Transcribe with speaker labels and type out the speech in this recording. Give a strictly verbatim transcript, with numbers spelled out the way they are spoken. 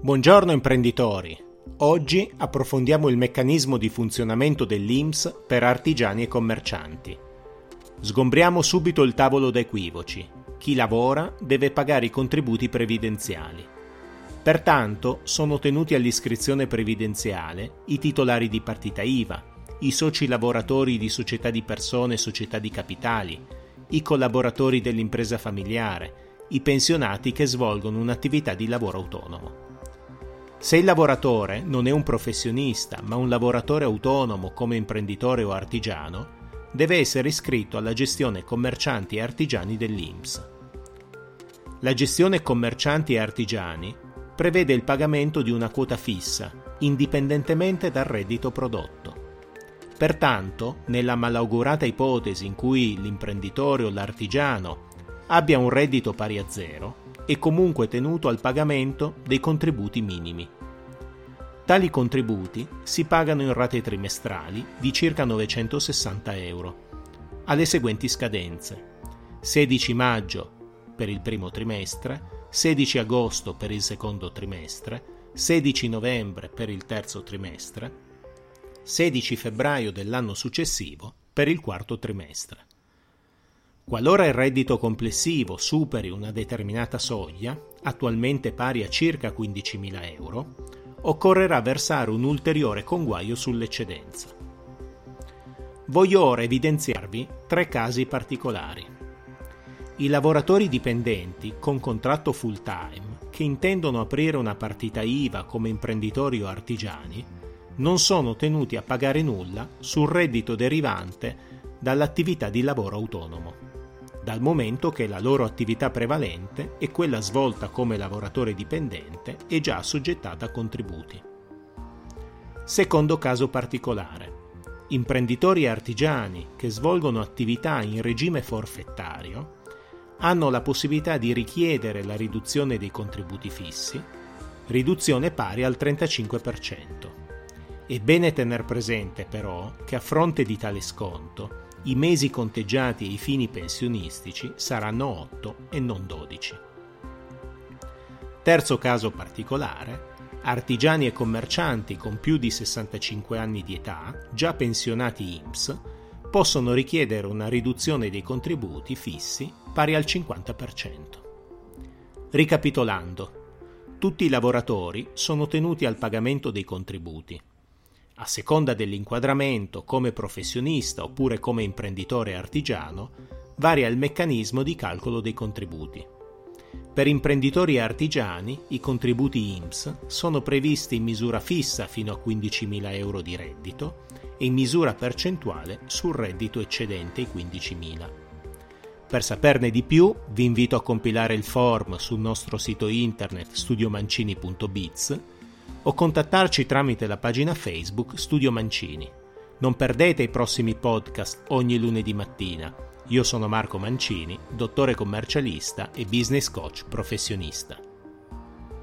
Speaker 1: Buongiorno imprenditori! Oggi approfondiamo il meccanismo di funzionamento dell'I N P S per artigiani e commercianti. Sgombriamo subito il tavolo da equivoci. Chi lavora deve pagare i contributi previdenziali. Pertanto sono tenuti all'iscrizione previdenziale i titolari di partita I V A, i soci lavoratori di società di persone e società di capitali, i collaboratori dell'impresa familiare, i pensionati che svolgono un'attività di lavoro autonomo. Se il lavoratore non è un professionista, ma un lavoratore autonomo come imprenditore o artigiano, deve essere iscritto alla gestione commercianti e artigiani dell'I N P S. La gestione commercianti e artigiani prevede il pagamento di una quota fissa, indipendentemente dal reddito prodotto. Pertanto, nella malaugurata ipotesi in cui l'imprenditore o l'artigiano abbia un reddito pari a zero, è comunque tenuto al pagamento dei contributi minimi. Tali contributi si pagano in rate trimestrali di circa novecentosessanta euro, alle seguenti scadenze: sedici maggio per il primo trimestre, sedici agosto per il secondo trimestre, sedici novembre per il terzo trimestre, sedici febbraio dell'anno successivo per il quarto trimestre. Qualora il reddito complessivo superi una determinata soglia, attualmente pari a circa quindicimila euro, occorrerà versare un ulteriore conguaglio sull'eccedenza. Voglio ora evidenziarvi tre casi particolari. I lavoratori dipendenti con contratto full time che intendono aprire una partita I V A come imprenditori o artigiani non sono tenuti a pagare nulla sul reddito derivante dall'attività di lavoro autonomo, dal momento che la loro attività prevalente è quella svolta come lavoratore dipendente e già assoggettata a contributi. Secondo caso particolare: imprenditori e artigiani che svolgono attività in regime forfettario hanno la possibilità di richiedere la riduzione dei contributi fissi, riduzione pari al trentacinque per cento. È bene tener presente però che a fronte di tale sconto i mesi conteggiati ai fini pensionistici saranno otto e non dodici. Terzo caso particolare: artigiani e commercianti con più di sessantacinque anni di età, già pensionati I N P S, possono richiedere una riduzione dei contributi fissi pari al cinquanta per cento. Ricapitolando, tutti i lavoratori sono tenuti al pagamento dei contributi. A seconda dell'inquadramento come professionista oppure come imprenditore artigiano, varia il meccanismo di calcolo dei contributi. Per imprenditori e artigiani, i contributi I N P S sono previsti in misura fissa fino a quindicimila euro di reddito e in misura percentuale sul reddito eccedente i quindicimila. Per saperne di più, vi invito a compilare il form sul nostro sito internet studio mancini punto biz o contattarci tramite la pagina Facebook Studio Mancini. Non perdete i prossimi podcast ogni lunedì mattina. Io sono Marco Mancini, dottore commercialista e business coach professionista.